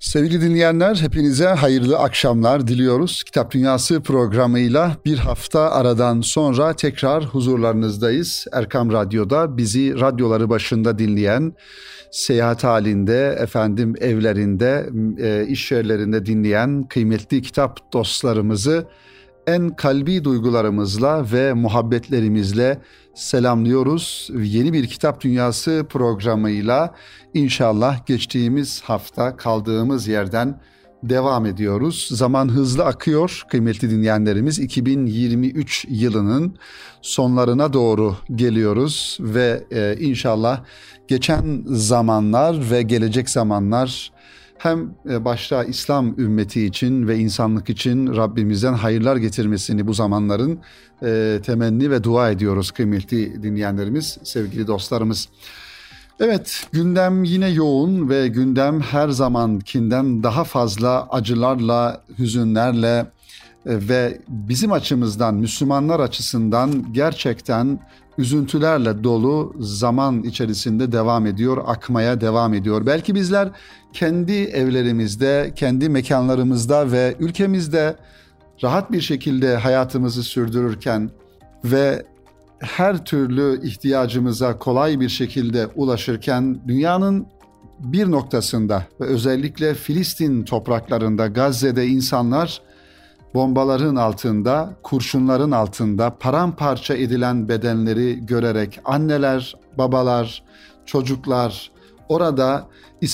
Sevgili dinleyenler, hepinize hayırlı akşamlar diliyoruz. Kitap Dünyası programıyla bir hafta aradan sonra tekrar huzurlarınızdayız. Erkam Radyo'da bizi radyoları başında dinleyen, seyahat halinde, evlerinde, iş yerlerinde dinleyen kıymetli kitap dostlarımızı en kalbi duygularımızla ve muhabbetlerimizle selamlıyoruz. Yeni bir Kitap Dünyası programıyla inşallah geçtiğimiz hafta kaldığımız yerden devam ediyoruz. Zaman hızlı akıyor kıymetli dinleyenlerimiz. 2023 yılının sonlarına doğru geliyoruz ve inşallah geçen zamanlar ve gelecek zamanlar hem başta İslam ümmeti için ve insanlık için Rabbimizden hayırlar getirmesini bu zamanların temenni ve dua ediyoruz kıymetli dinleyenlerimiz, sevgili dostlarımız. Evet, gündem yine yoğun ve gündem her zamankinden daha fazla acılarla, hüzünlerle ve bizim açımızdan, Müslümanlar açısından gerçekten üzüntülerle dolu zaman içerisinde devam ediyor, akmaya devam ediyor. Belki bizler kendi evlerimizde, kendi mekanlarımızda ve ülkemizde rahat bir şekilde hayatımızı sürdürürken ve her türlü ihtiyacımıza kolay bir şekilde ulaşırken dünyanın bir noktasında ve özellikle Filistin topraklarında, Gazze'de insanlar bombaların altında, kurşunların altında paramparça edilen bedenleri görerek anneler, babalar, çocuklar orada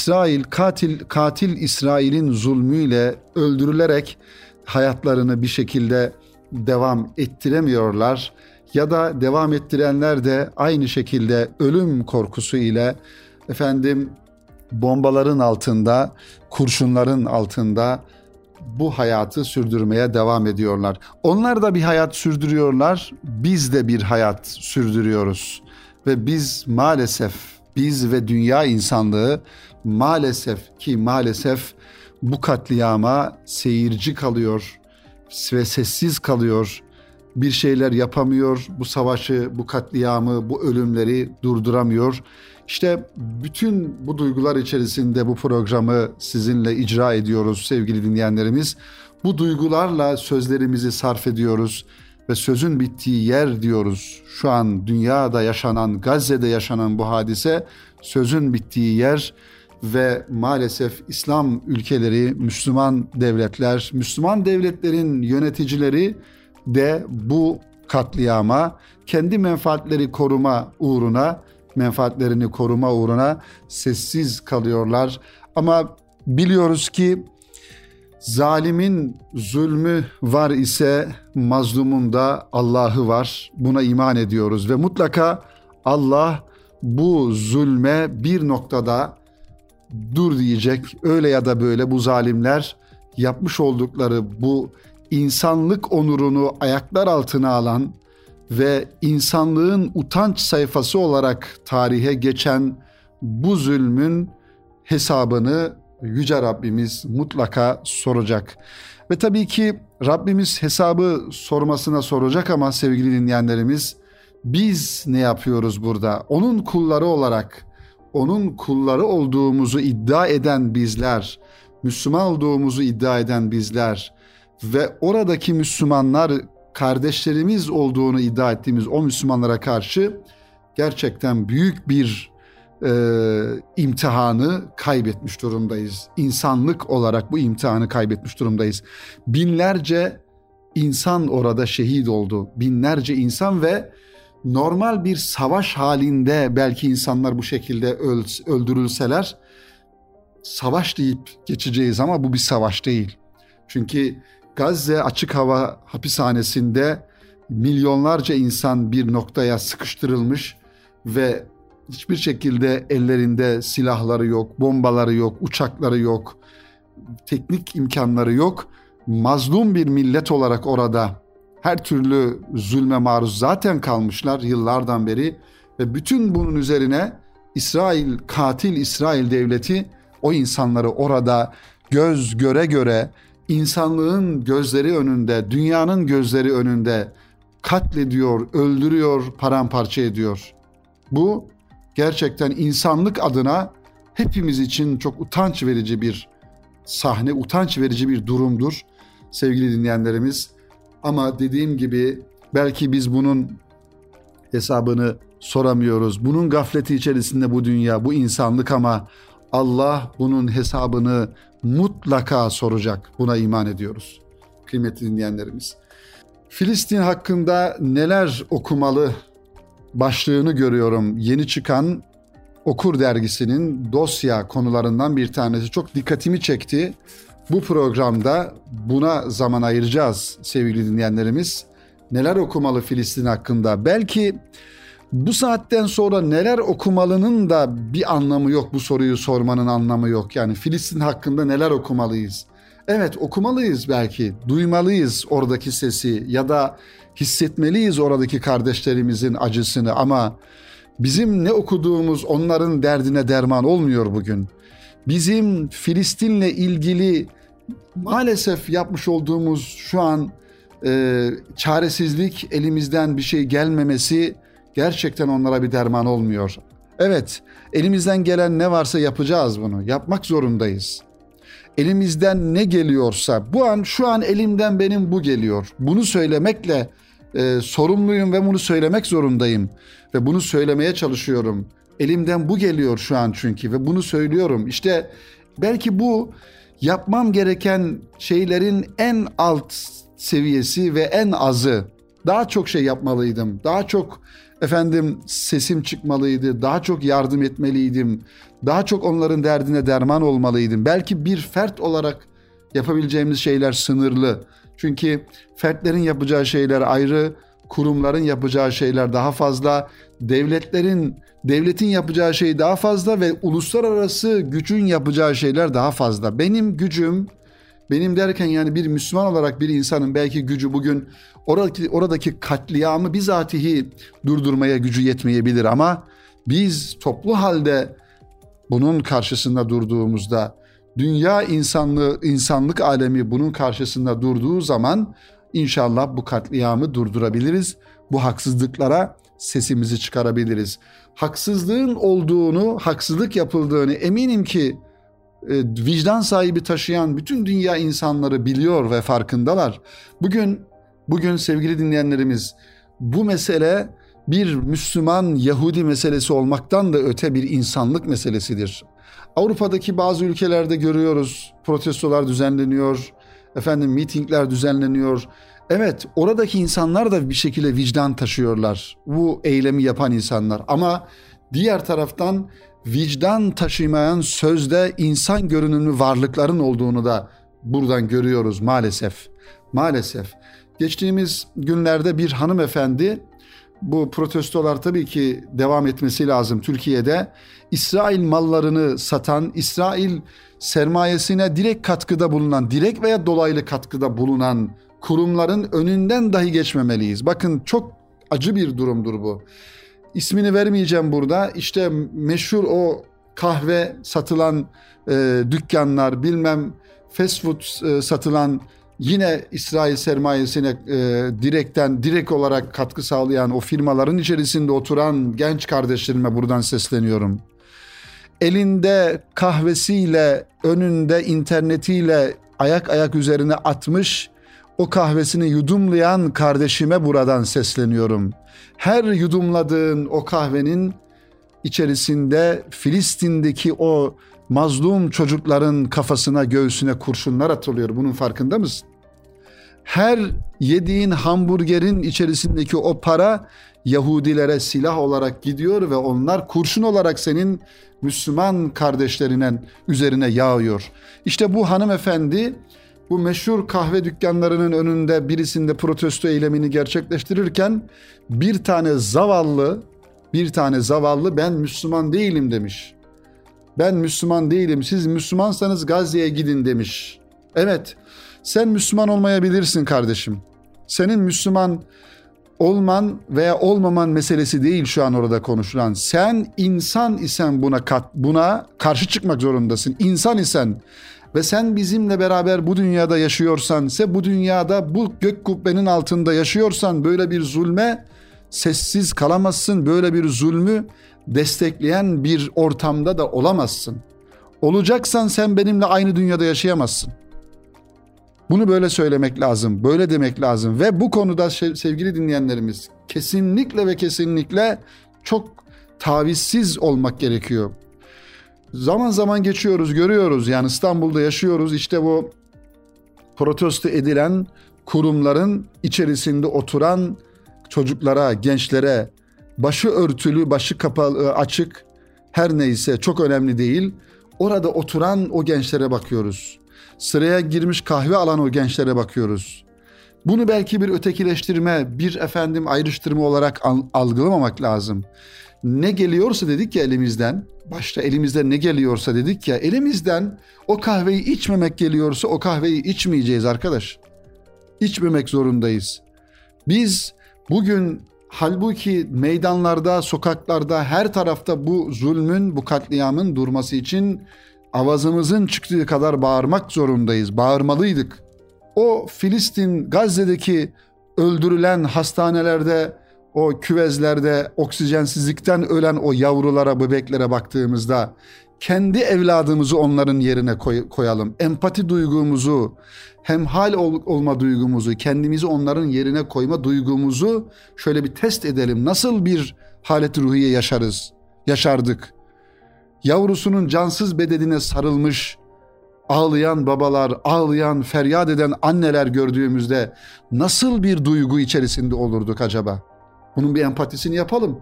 katil İsrail'in zulmüyle öldürülerek hayatlarını bir şekilde devam ettiremiyorlar ya da devam ettirenler de aynı şekilde ölüm korkusu ile bombaların altında, kurşunların altında bu hayatı sürdürmeye devam ediyorlar. Onlar da bir hayat sürdürüyorlar, biz de bir hayat sürdürüyoruz. Ve biz ve dünya insanlığı maalesef bu katliama seyirci kalıyor ve sessiz kalıyor. Bir şeyler yapamıyor, bu savaşı, bu katliamı, bu ölümleri durduramıyor. İşte bütün bu duygular içerisinde bu programı sizinle icra ediyoruz sevgili dinleyenlerimiz. Bu duygularla sözlerimizi sarf ediyoruz ve sözün bittiği yer diyoruz. Şu an dünyada yaşanan, Gazze'de yaşanan bu hadise sözün bittiği yer ve maalesef İslam ülkeleri, Müslüman devletler, Müslüman devletlerin yöneticileri de bu katliama kendi menfaatlerini koruma uğruna sessiz kalıyorlar. Ama biliyoruz ki zalimin zulmü var ise mazlumun da Allah'ı var. Buna iman ediyoruz ve mutlaka Allah bu zulme bir noktada dur diyecek. Öyle ya da böyle bu zalimler yapmış oldukları bu insanlık onurunu ayaklar altına alan ve insanlığın utanç sayfası olarak tarihe geçen bu zulmün hesabını Yüce Rabbimiz mutlaka soracak. Ve tabii ki Rabbimiz hesabı sormasına soracak ama sevgili dinleyenlerimiz, biz ne yapıyoruz burada? Onun kulları olarak, onun kulları olduğumuzu iddia eden bizler, Müslüman olduğumuzu iddia eden bizler ve oradaki Müslümanlar kardeşlerimiz olduğunu iddia ettiğimiz o Müslümanlara karşı gerçekten büyük bir imtihanı kaybetmiş durumdayız. İnsanlık olarak bu imtihanı kaybetmiş durumdayız. Binlerce insan orada şehit oldu. Binlerce insan ve normal bir savaş halinde belki insanlar bu şekilde öldürülseler savaş deyip geçeceğiz ama bu bir savaş değil. Çünkü Gazze açık hava hapishanesinde milyonlarca insan bir noktaya sıkıştırılmış ve hiçbir şekilde ellerinde silahları yok, bombaları yok, uçakları yok, teknik imkanları yok. Mazlum bir millet olarak orada her türlü zulme maruz zaten kalmışlar yıllardan beri ve bütün bunun üzerine katil İsrail devleti o insanları orada göz göre göre insanlığın gözleri önünde, dünyanın gözleri önünde katlediyor, öldürüyor, paramparça ediyor. Bu gerçekten insanlık adına hepimiz için çok utanç verici bir sahne utanç verici bir durumdur sevgili dinleyenlerimiz. Ama dediğim gibi belki biz bunun hesabını soramıyoruz. Bunun gafleti içerisinde bu dünya, bu insanlık, ama Allah bunun hesabını mutlaka soracak. Buna iman ediyoruz kıymetli dinleyenlerimiz. Filistin hakkında neler okumalı başlığını görüyorum. Yeni çıkan Okur dergisinin dosya konularından bir tanesi. Çok dikkatimi çekti. Bu programda buna zaman ayıracağız sevgili dinleyenlerimiz. Neler okumalı Filistin hakkında? Belki bu saatten sonra neler okumalının da bir anlamı yok. Bu soruyu sormanın anlamı yok. Yani Filistin hakkında neler okumalıyız? Evet, okumalıyız belki. Duymalıyız oradaki sesi ya da hissetmeliyiz oradaki kardeşlerimizin acısını, ama bizim ne okuduğumuz onların derdine derman olmuyor bugün. Bizim Filistin'le ilgili maalesef yapmış olduğumuz şu an çaresizlik, elimizden bir şey gelmemesi gerçekten onlara bir derman olmuyor. Evet, elimizden gelen ne varsa yapacağız bunu. Yapmak zorundayız. Elimizden ne geliyorsa, şu an elimden benim bu geliyor. Bunu söylemekle sorumluyum ve bunu söylemek zorundayım. Ve bunu söylemeye çalışıyorum. Elimden bu geliyor şu an çünkü ve bunu söylüyorum. İşte belki bu yapmam gereken şeylerin en alt seviyesi ve en azı. Daha çok şey yapmalıydım. Daha çok sesim çıkmalıydı. Daha çok yardım etmeliydim. Daha çok onların derdine derman olmalıydım. Belki bir fert olarak yapabileceğimiz şeyler sınırlı. Çünkü fertlerin yapacağı şeyler ayrı, kurumların yapacağı şeyler daha fazla, devletin yapacağı şey daha fazla ve uluslararası gücün yapacağı şeyler daha fazla. Benim gücüm, benim derken yani bir Müslüman olarak bir insanın belki gücü bugün oradaki katliamı bizatihi durdurmaya gücü yetmeyebilir, ama biz toplu halde bunun karşısında durduğumuzda, dünya insanlık alemi bunun karşısında durduğu zaman inşallah bu katliamı durdurabiliriz. Bu haksızlıklara sesimizi çıkarabiliriz. Haksızlığın olduğunu, haksızlık yapıldığını eminim ki vicdan sahibi taşıyan bütün dünya insanları biliyor ve farkındalar. Bugün sevgili dinleyenlerimiz, bu mesele bir Müslüman Yahudi meselesi olmaktan da öte bir insanlık meselesidir. Avrupa'daki bazı ülkelerde görüyoruz, protestolar düzenleniyor, mitingler düzenleniyor. Evet, oradaki insanlar da bir şekilde vicdan taşıyorlar, bu eylemi yapan insanlar. Ama diğer taraftan vicdan taşımayan sözde insan görünümlü varlıkların olduğunu da buradan görüyoruz maalesef. Maalesef. Geçtiğimiz günlerde bir hanımefendi, bu protestolar tabii ki devam etmesi lazım Türkiye'de, İsrail mallarını satan, İsrail sermayesine direkt veya dolaylı katkıda bulunan kurumların önünden dahi geçmemeliyiz. Bakın, çok acı bir durumdur bu. İsmini vermeyeceğim burada. İşte meşhur o kahve satılan dükkanlar, fast food satılan, yine İsrail sermayesine direkt olarak katkı sağlayan o firmaların içerisinde oturan genç kardeşlerime buradan sesleniyorum. Elinde kahvesiyle, önünde internetiyle ayak üzerine atmış, o kahvesini yudumlayan kardeşime buradan sesleniyorum. Her yudumladığın o kahvenin içerisinde Filistin'deki o mazlum çocukların kafasına, göğsüne kurşunlar atılıyor. Bunun farkında mısın? Her yediğin hamburgerin içerisindeki o para Yahudilere silah olarak gidiyor ve onlar kurşun olarak senin Müslüman kardeşlerinin üzerine yağıyor. İşte bu hanımefendi bu meşhur kahve dükkanlarının önünde birisinde protesto eylemini gerçekleştirirken bir tane zavallı ben Müslüman değilim demiş. Ben Müslüman değilim, siz Müslümansanız Gazze'ye gidin demiş. Evet, sen Müslüman olmayabilirsin kardeşim. Senin Müslüman olman veya olmaman meselesi değil şu an orada konuşulan. Sen insan isen buna karşı çıkmak zorundasın. İnsan isen ve sen bizimle beraber bu dünyada yaşıyorsan, bu dünyada bu gök kubbenin altında yaşıyorsan böyle bir zulme sessiz kalamazsın. Böyle bir zulmü destekleyen bir ortamda da olamazsın. Olacaksan sen benimle aynı dünyada yaşayamazsın. Bunu böyle söylemek lazım, böyle demek lazım ve bu konuda sevgili dinleyenlerimiz kesinlikle ve kesinlikle çok tavizsiz olmak gerekiyor. Zaman zaman geçiyoruz, görüyoruz, yani İstanbul'da yaşıyoruz, işte bu protesto edilen kurumların içerisinde oturan çocuklara, gençlere, başı örtülü, başı kapalı, açık, her neyse çok önemli değil. Orada oturan o gençlere bakıyoruz. Sıraya girmiş kahve alan o gençlere bakıyoruz. Bunu belki bir ötekileştirme, bir ayrıştırma olarak algılamamak lazım. Ne geliyorsa dedik ya elimizden, başta elimizden ne geliyorsa dedik ya, elimizden o kahveyi içmemek geliyorsa o kahveyi içmeyeceğiz arkadaş. İçmemek zorundayız. Biz bugün halbuki meydanlarda, sokaklarda, her tarafta bu zulmün, bu katliamın durması için avazımızın çıktığı kadar bağırmak zorundayız. Bağırmalıydık. O Filistin, Gazze'deki öldürülen hastanelerde, o küvezlerde oksijensizlikten ölen o yavrulara, bebeklere baktığımızda kendi evladımızı onların yerine koyalım. Empati duygumuzu, hemhal olma duygumuzu, kendimizi onların yerine koyma duygumuzu şöyle bir test edelim. Nasıl bir halet ruhiye yaşardık? Yavrusunun cansız bedenine sarılmış, ağlayan babalar, ağlayan, feryat eden anneler gördüğümüzde nasıl bir duygu içerisinde olurduk acaba? Bunun bir empatisini yapalım.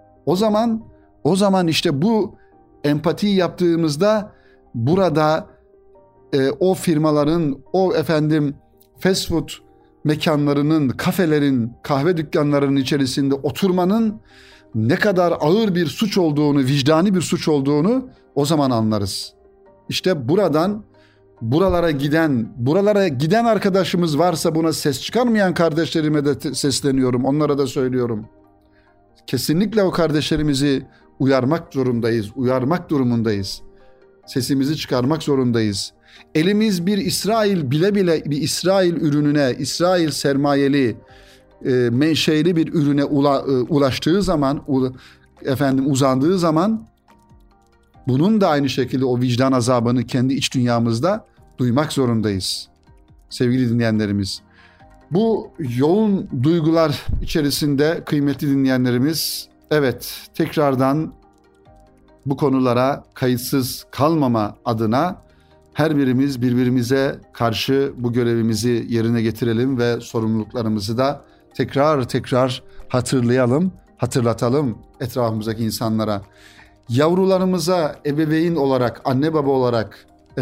O zaman işte bu empatiyi yaptığımızda burada o firmaların, o fast food mekanlarının, kafelerin, kahve dükkanlarının içerisinde oturmanın ne kadar ağır bir suç olduğunu, vicdani bir suç olduğunu o zaman anlarız. İşte buralara giden arkadaşımız varsa, buna ses çıkarmayan kardeşlerime de sesleniyorum, onlara da söylüyorum. Kesinlikle o kardeşlerimizi uyarmak zorundayız, uyarmak durumundayız. Sesimizi çıkarmak zorundayız. Elimiz bir İsrail bir İsrail ürününe, İsrail sermayeli, menşeli bir ürüne ulaştığı zaman, uzandığı zaman bunun da aynı şekilde o vicdan azabını kendi iç dünyamızda duymak zorundayız. Sevgili dinleyenlerimiz, bu yoğun duygular içerisinde kıymetli dinleyenlerimiz, evet, tekrardan bu konulara kayıtsız kalmama adına her birimiz birbirimize karşı bu görevimizi yerine getirelim ve sorumluluklarımızı da tekrar hatırlayalım, hatırlatalım etrafımızdaki insanlara. Yavrularımıza ebeveyn olarak, anne baba olarak,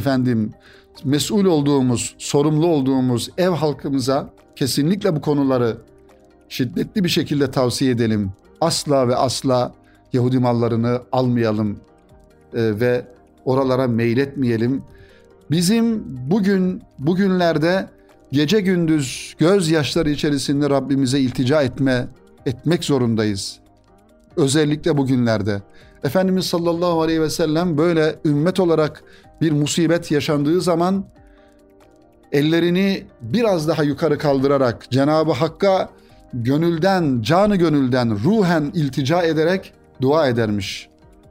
mesul olduğumuz, sorumlu olduğumuz ev halkımıza kesinlikle bu konuları şiddetli bir şekilde tavsiye edelim. Asla ve asla Yahudi mallarını almayalım ve oralara meyletmeyelim. Bizim bugünlerde gece gündüz gözyaşları içerisinde Rabbimize iltica etmek zorundayız. Özellikle bugünlerde. Efendimiz sallallahu aleyhi ve sellem böyle ümmet olarak bir musibet yaşandığı zaman ellerini biraz daha yukarı kaldırarak Cenab-ı Hakk'a gönülden, canı gönülden, ruhen iltica ederek dua edermiş.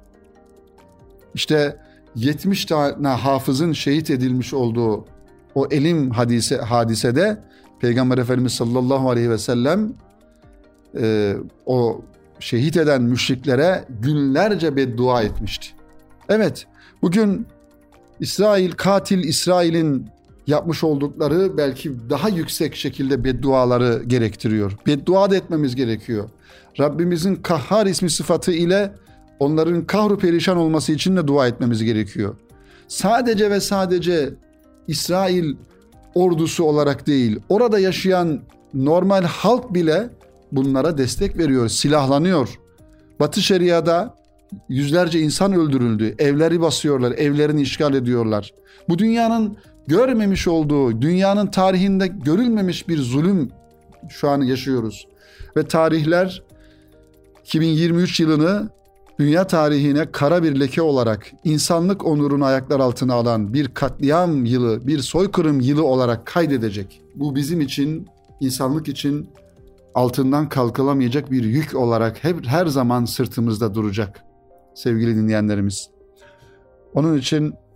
İşte 70 tane hafızın şehit edilmiş olduğu o elim hadisede Peygamber Efendimiz sallallahu aleyhi ve sellem o şehit eden müşriklere günlerce beddua etmişti. Evet, bugün İsrail'in yapmış oldukları belki daha yüksek şekilde bedduaları gerektiriyor. Beddua da etmemiz gerekiyor. Rabbimizin Kahhar ismi sıfatı ile onların kahru perişan olması için de dua etmemiz gerekiyor. Sadece ve sadece İsrail ordusu olarak değil, orada yaşayan normal halk bile bunlara destek veriyor, silahlanıyor. Batı Şeria'da yüzlerce insan öldürüldü, evleri basıyorlar, evlerini işgal ediyorlar. Bu dünyanın görmemiş olduğu, dünyanın tarihinde görülmemiş bir zulüm şu an yaşıyoruz. Ve tarihler 2023 yılını dünya tarihine kara bir leke olarak, insanlık onurunu ayaklar altına alan bir katliam yılı, bir soykırım yılı olarak kaydedecek. Bu bizim için, insanlık için altından kalkılamayacak bir yük olarak her zaman sırtımızda duracak sevgili dinleyenlerimiz. Onun için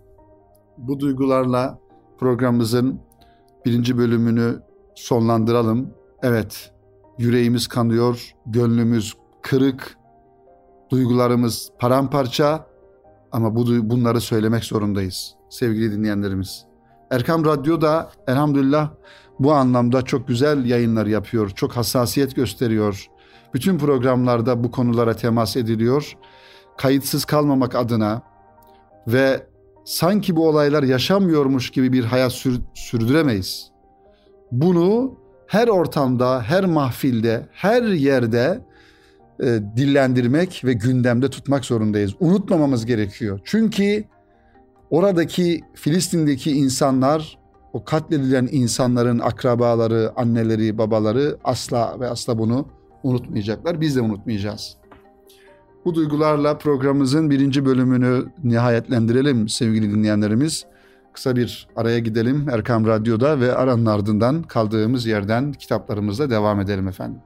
bu duygularla programımızın birinci bölümünü sonlandıralım. Evet, yüreğimiz kanıyor, gönlümüz kırık, duygularımız paramparça ama bunları söylemek zorundayız sevgili dinleyenlerimiz. Erkam Radyo da elhamdülillah bu anlamda çok güzel yayınlar yapıyor, çok hassasiyet gösteriyor. Bütün programlarda bu konulara temas ediliyor. Kayıtsız kalmamak adına ve sanki bu olaylar yaşanmıyormuş gibi bir hayat sürdüremeyiz. Bunu her ortamda, her mahfilde, her yerde dillendirmek ve gündemde tutmak zorundayız. Unutmamamız gerekiyor. Çünkü oradaki Filistin'deki insanlar, o katledilen insanların akrabaları, anneleri, babaları asla ve asla bunu unutmayacaklar. Biz de unutmayacağız. Bu duygularla programımızın birinci bölümünü nihayetlendirelim sevgili dinleyenlerimiz. Kısa bir araya gidelim Erkam Radyo'da ve aranın ardından kaldığımız yerden kitaplarımızla devam edelim efendim.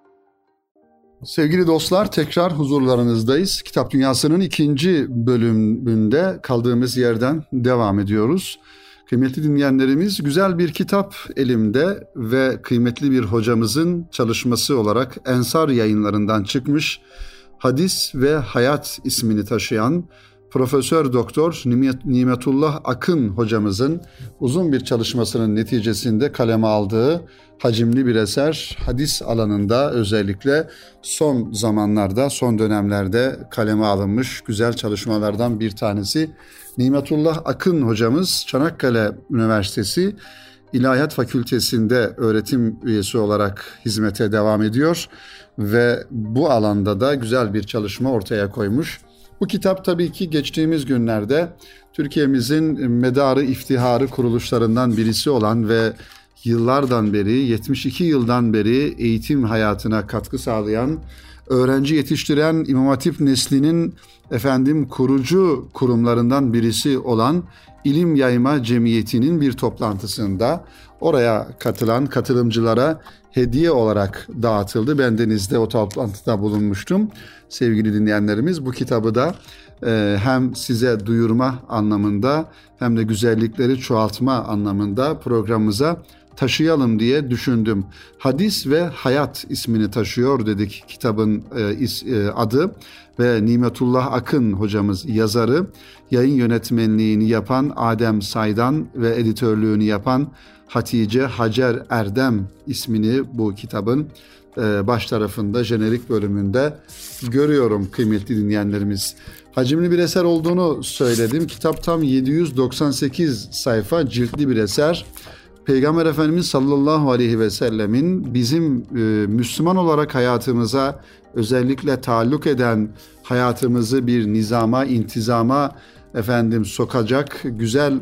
Sevgili dostlar, tekrar huzurlarınızdayız. Kitap Dünyası'nın 2. bölümünde kaldığımız yerden devam ediyoruz. Kıymetli dinleyenlerimiz, güzel bir kitap elimde ve kıymetli bir hocamızın çalışması olarak Ensar Yayınlarından çıkmış Hadis ve Hayat ismini taşıyan Profesör Doktor Nimetullah Akın hocamızın uzun bir çalışmasının neticesinde kaleme aldığı hacimli bir eser, hadis alanında özellikle son zamanlarda, son dönemlerde kaleme alınmış güzel çalışmalardan bir tanesi. Nimetullah Akın hocamız Çanakkale Üniversitesi İlahiyat Fakültesi'nde öğretim üyesi olarak hizmete devam ediyor ve bu alanda da güzel bir çalışma ortaya koymuş. Bu kitap tabii ki geçtiğimiz günlerde Türkiye'mizin medarı iftiharı kuruluşlarından birisi olan ve yıllardan beri, 72 yıldan beri eğitim hayatına katkı sağlayan, öğrenci yetiştiren İmam Hatip neslinin kurucu kurumlarından birisi olan İlim Yayma Cemiyeti'nin bir toplantısında oraya katılan katılımcılara hediye olarak dağıtıldı. Bendeniz de o toplantıda bulunmuştum. Sevgili dinleyenlerimiz, bu kitabı da hem size duyurma anlamında hem de güzellikleri çoğaltma anlamında programımıza taşıyalım diye düşündüm. Hadis ve Hayat ismini taşıyor dedik kitabın adı ve Nimetullah Akın hocamız yazarı, yayın yönetmenliğini yapan Adem Saydan ve editörlüğünü yapan Hatice Hacer Erdem ismini bu kitabın baş tarafında jenerik bölümünde görüyorum kıymetli dinleyenlerimiz. Hacimli bir eser olduğunu söyledim. Kitap tam 798 sayfa, ciltli bir eser. Peygamber Efendimiz sallallahu aleyhi ve sellemin bizim Müslüman olarak hayatımıza özellikle taalluk eden hayatımızı bir nizama, intizama sokacak güzel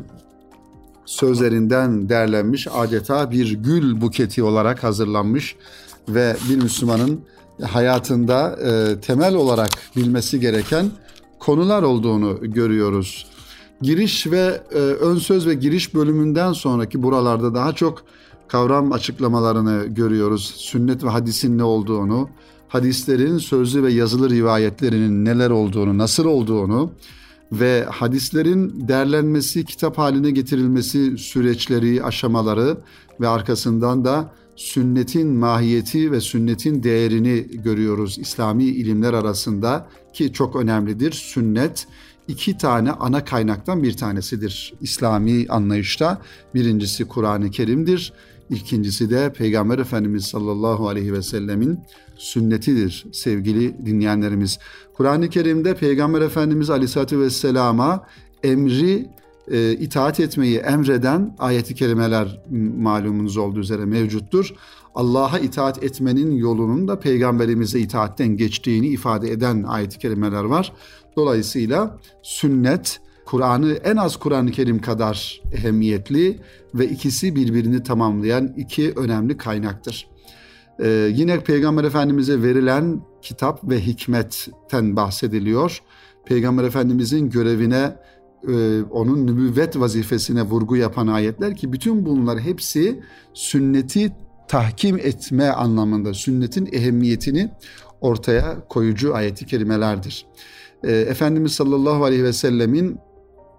sözlerinden derlenmiş, adeta bir gül buketi olarak hazırlanmış ve bir Müslümanın hayatında temel olarak bilmesi gereken konular olduğunu görüyoruz. Giriş ve ön söz ve giriş bölümünden sonraki buralarda daha çok kavram açıklamalarını görüyoruz. Sünnet ve hadisin ne olduğunu, hadislerin sözlü ve yazılı rivayetlerinin neler olduğunu, nasıl olduğunu ve hadislerin derlenmesi, kitap haline getirilmesi süreçleri, aşamaları ve arkasından da sünnetin mahiyeti ve sünnetin değerini görüyoruz İslami ilimler arasında ki çok önemlidir. Sünnet 2 tane ana kaynaktan bir tanesidir İslami anlayışta. Birincisi Kur'an-ı Kerim'dir. İkincisi de Peygamber Efendimiz sallallahu aleyhi ve sellemin sünnetidir sevgili dinleyenlerimiz. Kur'an-ı Kerim'de Peygamber Efendimiz aleyhissalatü vesselama emri itaat etmeyi emreden ayet-i kerimeler malumunuz olduğu üzere mevcuttur. Allah'a itaat etmenin yolunun da Peygamberimize itaatten geçtiğini ifade eden ayet-i kerimeler var. Dolayısıyla sünnet, Kur'an'ı en az Kur'an-ı Kerim kadar ehemmiyetli ve ikisi birbirini tamamlayan 2 önemli kaynaktır. Yine Peygamber Efendimiz'e verilen kitap ve hikmetten bahsediliyor. Peygamber Efendimiz'in görevine, onun nübüvvet vazifesine vurgu yapan ayetler ki bütün bunlar hepsi sünneti tahkim etme anlamında, sünnetin ehemmiyetini ortaya koyucu ayet-i kerimelerdir. Efendimiz sallallahu aleyhi ve sellemin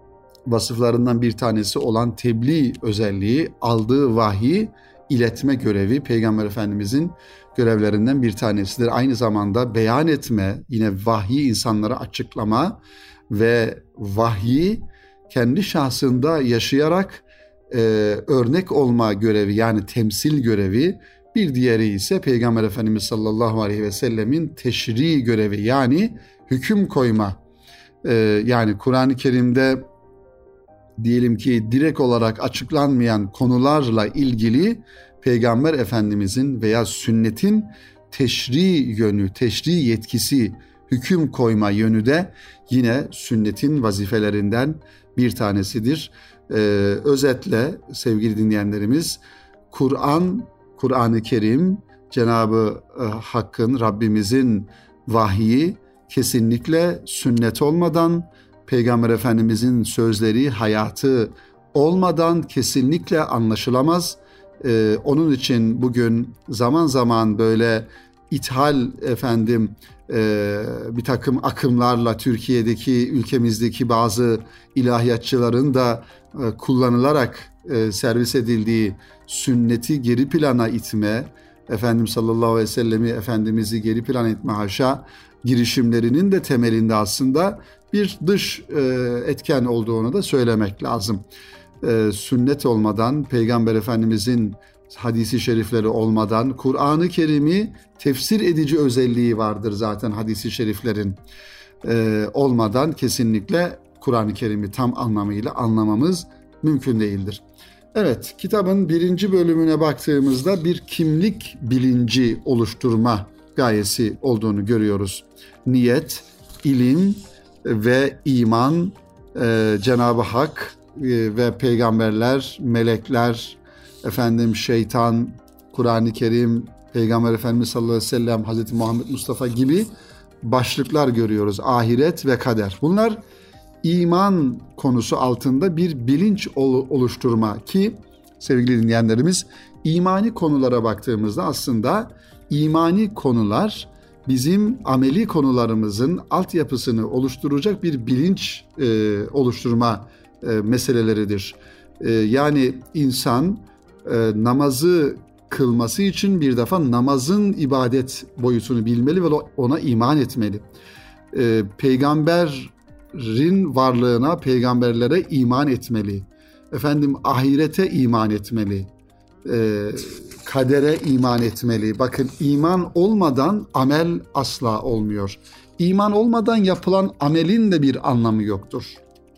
vasıflarından bir tanesi olan tebliğ özelliği, aldığı vahyi iletme görevi Peygamber Efendimizin görevlerinden bir tanesidir. Aynı zamanda beyan etme, yine vahyi insanlara açıklama ve vahyi kendi şahsında yaşayarak örnek olma görevi, yani temsil görevi. Bir diğeri ise Peygamber Efendimiz sallallahu aleyhi ve sellemin teşri görevi, yani hüküm koyma. Yani Kur'an-ı Kerim'de diyelim ki direkt olarak açıklanmayan konularla ilgili Peygamber Efendimizin veya sünnetin teşri yönü, teşri yetkisi, hüküm koyma yönü de yine sünnetin vazifelerinden bir tanesidir. Özetle sevgili dinleyenlerimiz, Kur'an-ı Kerim, Cenab-ı Hakk'ın, Rabbimizin vahyi kesinlikle sünnet olmadan, Peygamber Efendimizin sözleri, hayatı olmadan kesinlikle anlaşılamaz. Onun için bugün zaman zaman böyle bir takım akımlarla Türkiye'deki, ülkemizdeki bazı ilahiyatçıların da kullanılarak servis edildiği sünneti geri plana itme, Efendimiz sallallahu aleyhi ve sellemi, Efendimiz'i geri plana itme haşa girişimlerinin de temelinde aslında bir dış etken olduğunu da söylemek lazım. Sünnet olmadan, Peygamber Efendimizin hadisi şerifleri olmadan, Kur'an-ı Kerim'i tefsir edici özelliği vardır zaten hadisi şeriflerin. Olmadan kesinlikle Kur'an-ı Kerim'i tam anlamıyla anlamamız mümkün değildir. Evet, kitabın 1. bölümüne baktığımızda bir kimlik bilinci oluşturma gayesi olduğunu görüyoruz. Niyet, ilim ve iman, Cenab-ı Hak ve peygamberler, melekler, şeytan, Kur'an-ı Kerim, Peygamber Efendimiz sallallahu aleyhi ve sellem, Hazreti Muhammed Mustafa gibi başlıklar görüyoruz. Ahiret ve kader. Bunlar iman konusu altında bir bilinç oluşturma ki sevgili dinleyenlerimiz, imani konulara baktığımızda aslında imani konular bizim ameli konularımızın altyapısını oluşturacak bir bilinç oluşturma meseleleridir. Yani insan namazı kılması için bir defa namazın ibadet boyutunu bilmeli ve ona iman etmeli. Peygamberin varlığına, peygamberlere iman etmeli. Ahirete iman etmeli. Kadere iman etmeli. Bakın, iman olmadan amel asla olmuyor. İman olmadan yapılan amelin de bir anlamı yoktur.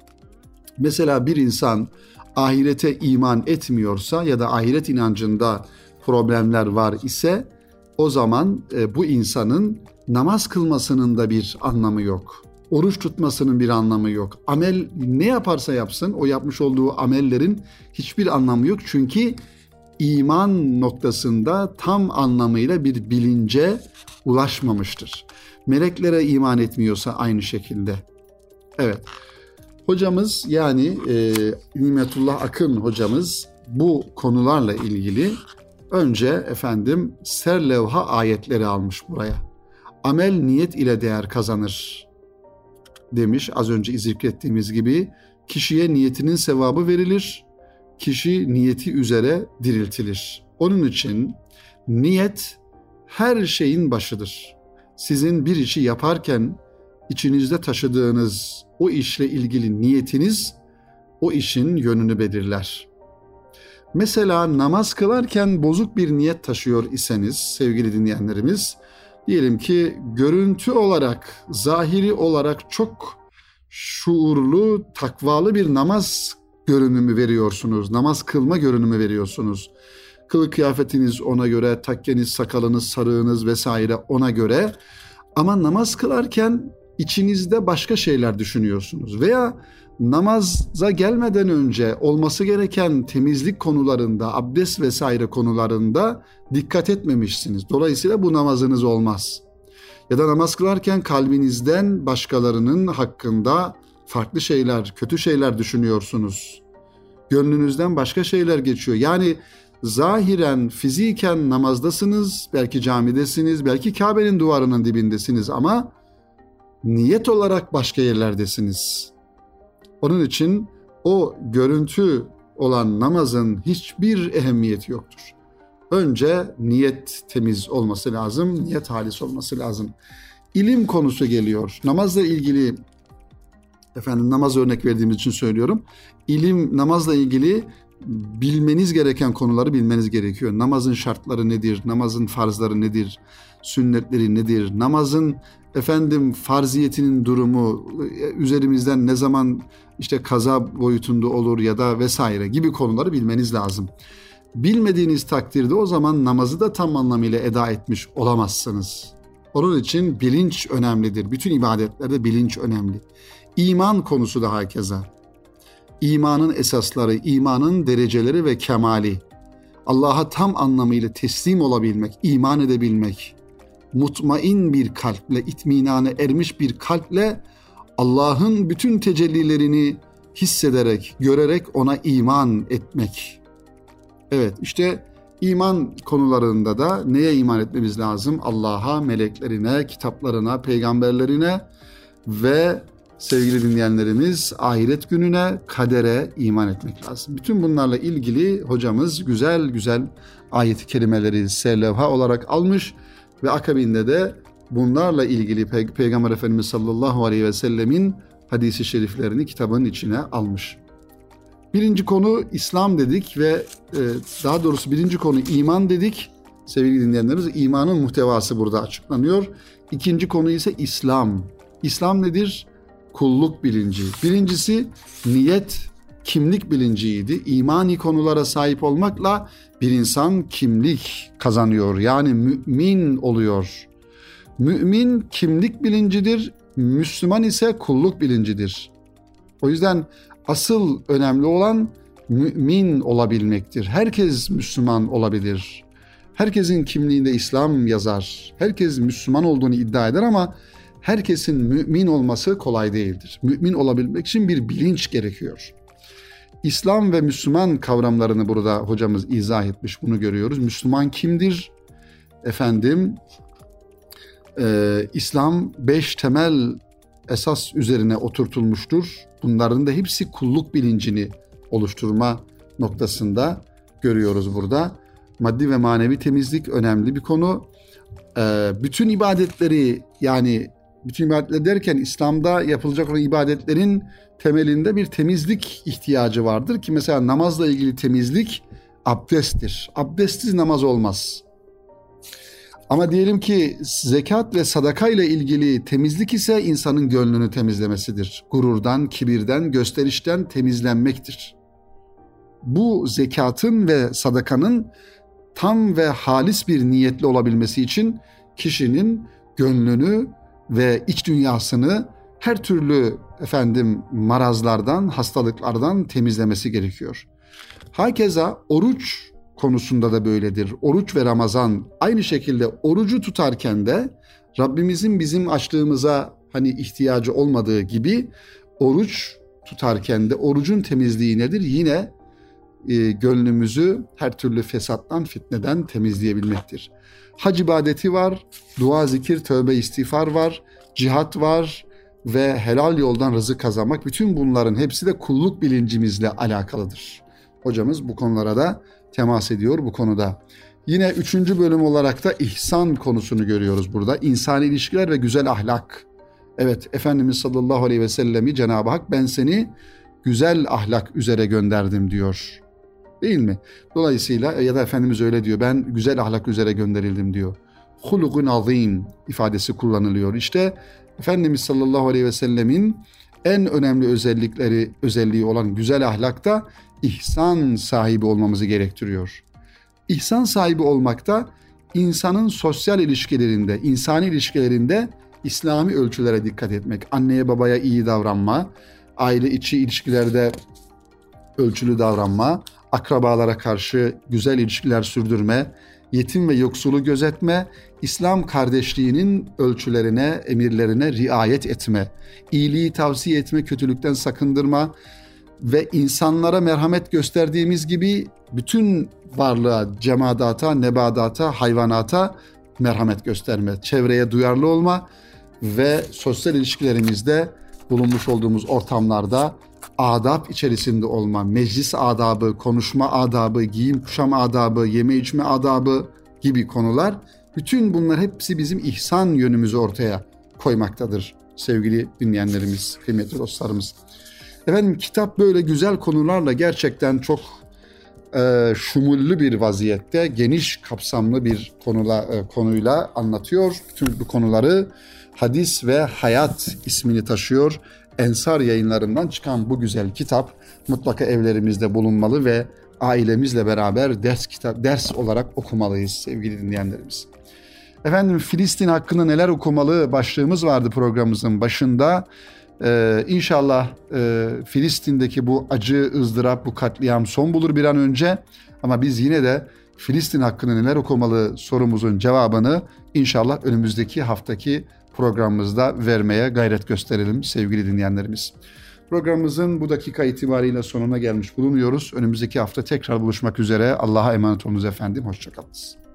Mesela bir insan ahirete iman etmiyorsa ya da ahiret inancında problemler var ise o zaman bu insanın namaz kılmasının da bir anlamı yok. Oruç tutmasının bir anlamı yok. Amel ne yaparsa yapsın, o yapmış olduğu amellerin hiçbir anlamı yok. Çünkü iman noktasında tam anlamıyla bir bilince ulaşmamıştır. Meleklere iman etmiyorsa aynı şekilde. Evet. Hocamız, yani Nimetullah Akın hocamız bu konularla ilgili önce serlevha ayetleri almış buraya. Amel niyet ile değer kazanır demiş, az önce zikrettiğimiz gibi. Kişiye niyetinin sevabı verilir, kişi niyeti üzere diriltilir. Onun için niyet her şeyin başıdır. Sizin bir işi yaparken içinizde taşıdığınız o işle ilgili niyetiniz o işin yönünü belirler. Mesela namaz kılarken bozuk bir niyet taşıyor iseniz sevgili dinleyenlerimiz, diyelim ki görüntü olarak, zahiri olarak çok şuurlu, takvalı bir namaz görünümü veriyorsunuz. Namaz kılma görünümü veriyorsunuz. Kılık kıyafetiniz ona göre, takkeniz, sakalınız, sarığınız vesaire ona göre. Ama namaz kılarken içinizde başka şeyler düşünüyorsunuz. Veya namaza gelmeden önce olması gereken temizlik konularında, abdest vesaire konularında dikkat etmemişsiniz. Dolayısıyla bu namazınız olmaz. Ya da namaz kılarken kalbinizden başkalarının hakkında farklı şeyler, kötü şeyler düşünüyorsunuz. Gönlünüzden başka şeyler geçiyor. Yani zahiren, fiziken namazdasınız, belki camidesiniz, belki Kabe'nin duvarının dibindesiniz ama niyet olarak başka yerlerdesiniz. Onun için o görüntü olan namazın hiçbir ehemmiyeti yoktur. Önce niyet temiz olması lazım, niyet halis olması lazım. İlim konusu geliyor. Namazla ilgili, namaz örnek verdiğimiz için söylüyorum. İlim, namazla ilgili bilmeniz gereken konuları bilmeniz gerekiyor. Namazın şartları nedir? Namazın farzları nedir? Sünnetleri nedir? Namazın farziyetinin durumu, üzerimizden ne zaman kaza boyutunda olur ya da vesaire gibi konuları bilmeniz lazım. Bilmediğiniz takdirde o zaman namazı da tam anlamıyla eda etmiş olamazsınız. Onun için bilinç önemlidir. Bütün ibadetlerde bilinç önemli. İman konusu da hakeza. İmanın esasları, imanın dereceleri ve kemali. Allah'a tam anlamıyla teslim olabilmek, iman edebilmek. Mutmain bir kalple, itminane ermiş bir kalple Allah'ın bütün tecellilerini hissederek, görerek ona iman etmek. Evet, iman konularında da neye iman etmemiz lazım? Allah'a, meleklerine, kitaplarına, peygamberlerine ve sevgili dinleyenlerimiz ahiret gününe, kadere iman etmek lazım. Bütün bunlarla ilgili hocamız güzel güzel ayet-i kerimeleri serlevha olarak almış ve akabinde de bunlarla ilgili Peygamber Efendimiz sallallahu aleyhi ve sellemin hadisi şeriflerini kitabın içine almış. Birinci konu İslam dedik ve daha doğrusu birinci konu iman dedik. Sevgili dinleyenlerimiz, imanın muhtevası burada açıklanıyor. İkinci konu ise İslam. İslam nedir? Kulluk bilinci. Birincisi niyet, kimlik bilinciydi. İmani konulara sahip olmakla bir insan kimlik kazanıyor. Yani mümin oluyor. Mümin kimlik bilincidir. Müslüman ise kulluk bilincidir. O yüzden asıl önemli olan mümin olabilmektir. Herkes Müslüman olabilir. Herkesin kimliğinde İslam yazar. Herkes Müslüman olduğunu iddia eder ama herkesin mümin olması kolay değildir. Mümin olabilmek için bir bilinç gerekiyor. İslam ve Müslüman kavramlarını burada hocamız izah etmiş, bunu görüyoruz. Müslüman kimdir? İslam 5 temel esas üzerine oturtulmuştur. Bunların da hepsi kulluk bilincini oluşturma noktasında görüyoruz burada. Maddi ve manevi temizlik önemli bir konu. Bütün ibadetleri, yani bütün ibadetler derken İslam'da yapılacak olan ibadetlerin temelinde bir temizlik ihtiyacı vardır ki mesela namazla ilgili temizlik abdesttir. Abdestsiz namaz olmaz. Ama diyelim ki zekat ve sadaka ile ilgili temizlik ise insanın gönlünü temizlemesidir. Gururdan, kibirden, gösterişten temizlenmektir. Bu zekatın ve sadakanın tam ve halis bir niyetli olabilmesi için kişinin gönlünü ve iç dünyasını her türlü marazlardan, hastalıklardan temizlemesi gerekiyor. Hakeza oruç konusunda da böyledir. Oruç ve Ramazan aynı şekilde orucu tutarken de Rabbimizin bizim açlığımıza ihtiyacı olmadığı gibi oruç tutarken de orucun temizliği nedir? Yine gönlümüzü her türlü fesattan, fitneden temizleyebilmektir. Hac ibadeti var, dua, zikir, tövbe, istiğfar var, cihat var ve helal yoldan rızık kazanmak. Bütün bunların hepsi de kulluk bilincimizle alakalıdır. Hocamız bu konulara da temas ediyor bu konuda. Yine 3. bölüm olarak da ihsan konusunu görüyoruz burada. İnsani ilişkiler ve güzel ahlak. Evet, Efendimiz sallallahu aleyhi ve sellemi Cenab-ı Hak ben seni güzel ahlak üzere gönderdim diyor. Değil mi? Dolayısıyla ya da Efendimiz öyle diyor, ben güzel ahlak üzere gönderildim diyor. Hulukun azim ifadesi kullanılıyor. İşte Efendimiz sallallahu aleyhi ve sellemin en önemli özelliği olan güzel ahlakta ihsan sahibi olmamızı gerektiriyor. İhsan sahibi olmakta insanın sosyal ilişkilerinde, insani ilişkilerinde İslami ölçülere dikkat etmek, anneye babaya iyi davranma, aile içi ilişkilerde ölçülü davranma, akrabalara karşı güzel ilişkiler sürdürme, yetim ve yoksulu gözetme, İslam kardeşliğinin ölçülerine, emirlerine riayet etme, iyiliği tavsiye etme, kötülükten sakındırma ve insanlara merhamet gösterdiğimiz gibi bütün varlığa, cemadata, nebadata, hayvanata merhamet gösterme, çevreye duyarlı olma ve sosyal ilişkilerimizde bulunmuş olduğumuz ortamlarda adab içerisinde olma, meclis adabı, konuşma adabı, giyim kuşam adabı, yeme içme adabı gibi konular, bütün bunlar hepsi bizim ihsan yönümüzü ortaya koymaktadır sevgili dinleyenlerimiz, kıymetli dostlarımız. Efendim, kitap böyle güzel konularla gerçekten çok şumullü bir vaziyette, geniş kapsamlı bir konuyla anlatıyor. Bütün bu konuları Hadis ve Hayat ismini taşıyor. Ensar Yayınlarından çıkan bu güzel kitap mutlaka evlerimizde bulunmalı ve ailemizle beraber ders olarak okumalıyız sevgili dinleyenlerimiz. Efendim, Filistin hakkında neler okumalı başlığımız vardı programımızın başında. İnşallah Filistin'deki bu acı, ızdırap, bu katliam son bulur bir an önce. Ama biz yine de Filistin hakkında neler okumalı sorumuzun cevabını inşallah önümüzdeki haftaki programımızda vermeye gayret gösterelim sevgili dinleyenlerimiz. Programımızın bu dakika itibariyle sonuna gelmiş bulunuyoruz. Önümüzdeki hafta tekrar buluşmak üzere. Allah'a emanet olunuz efendim. Hoşça kalınız.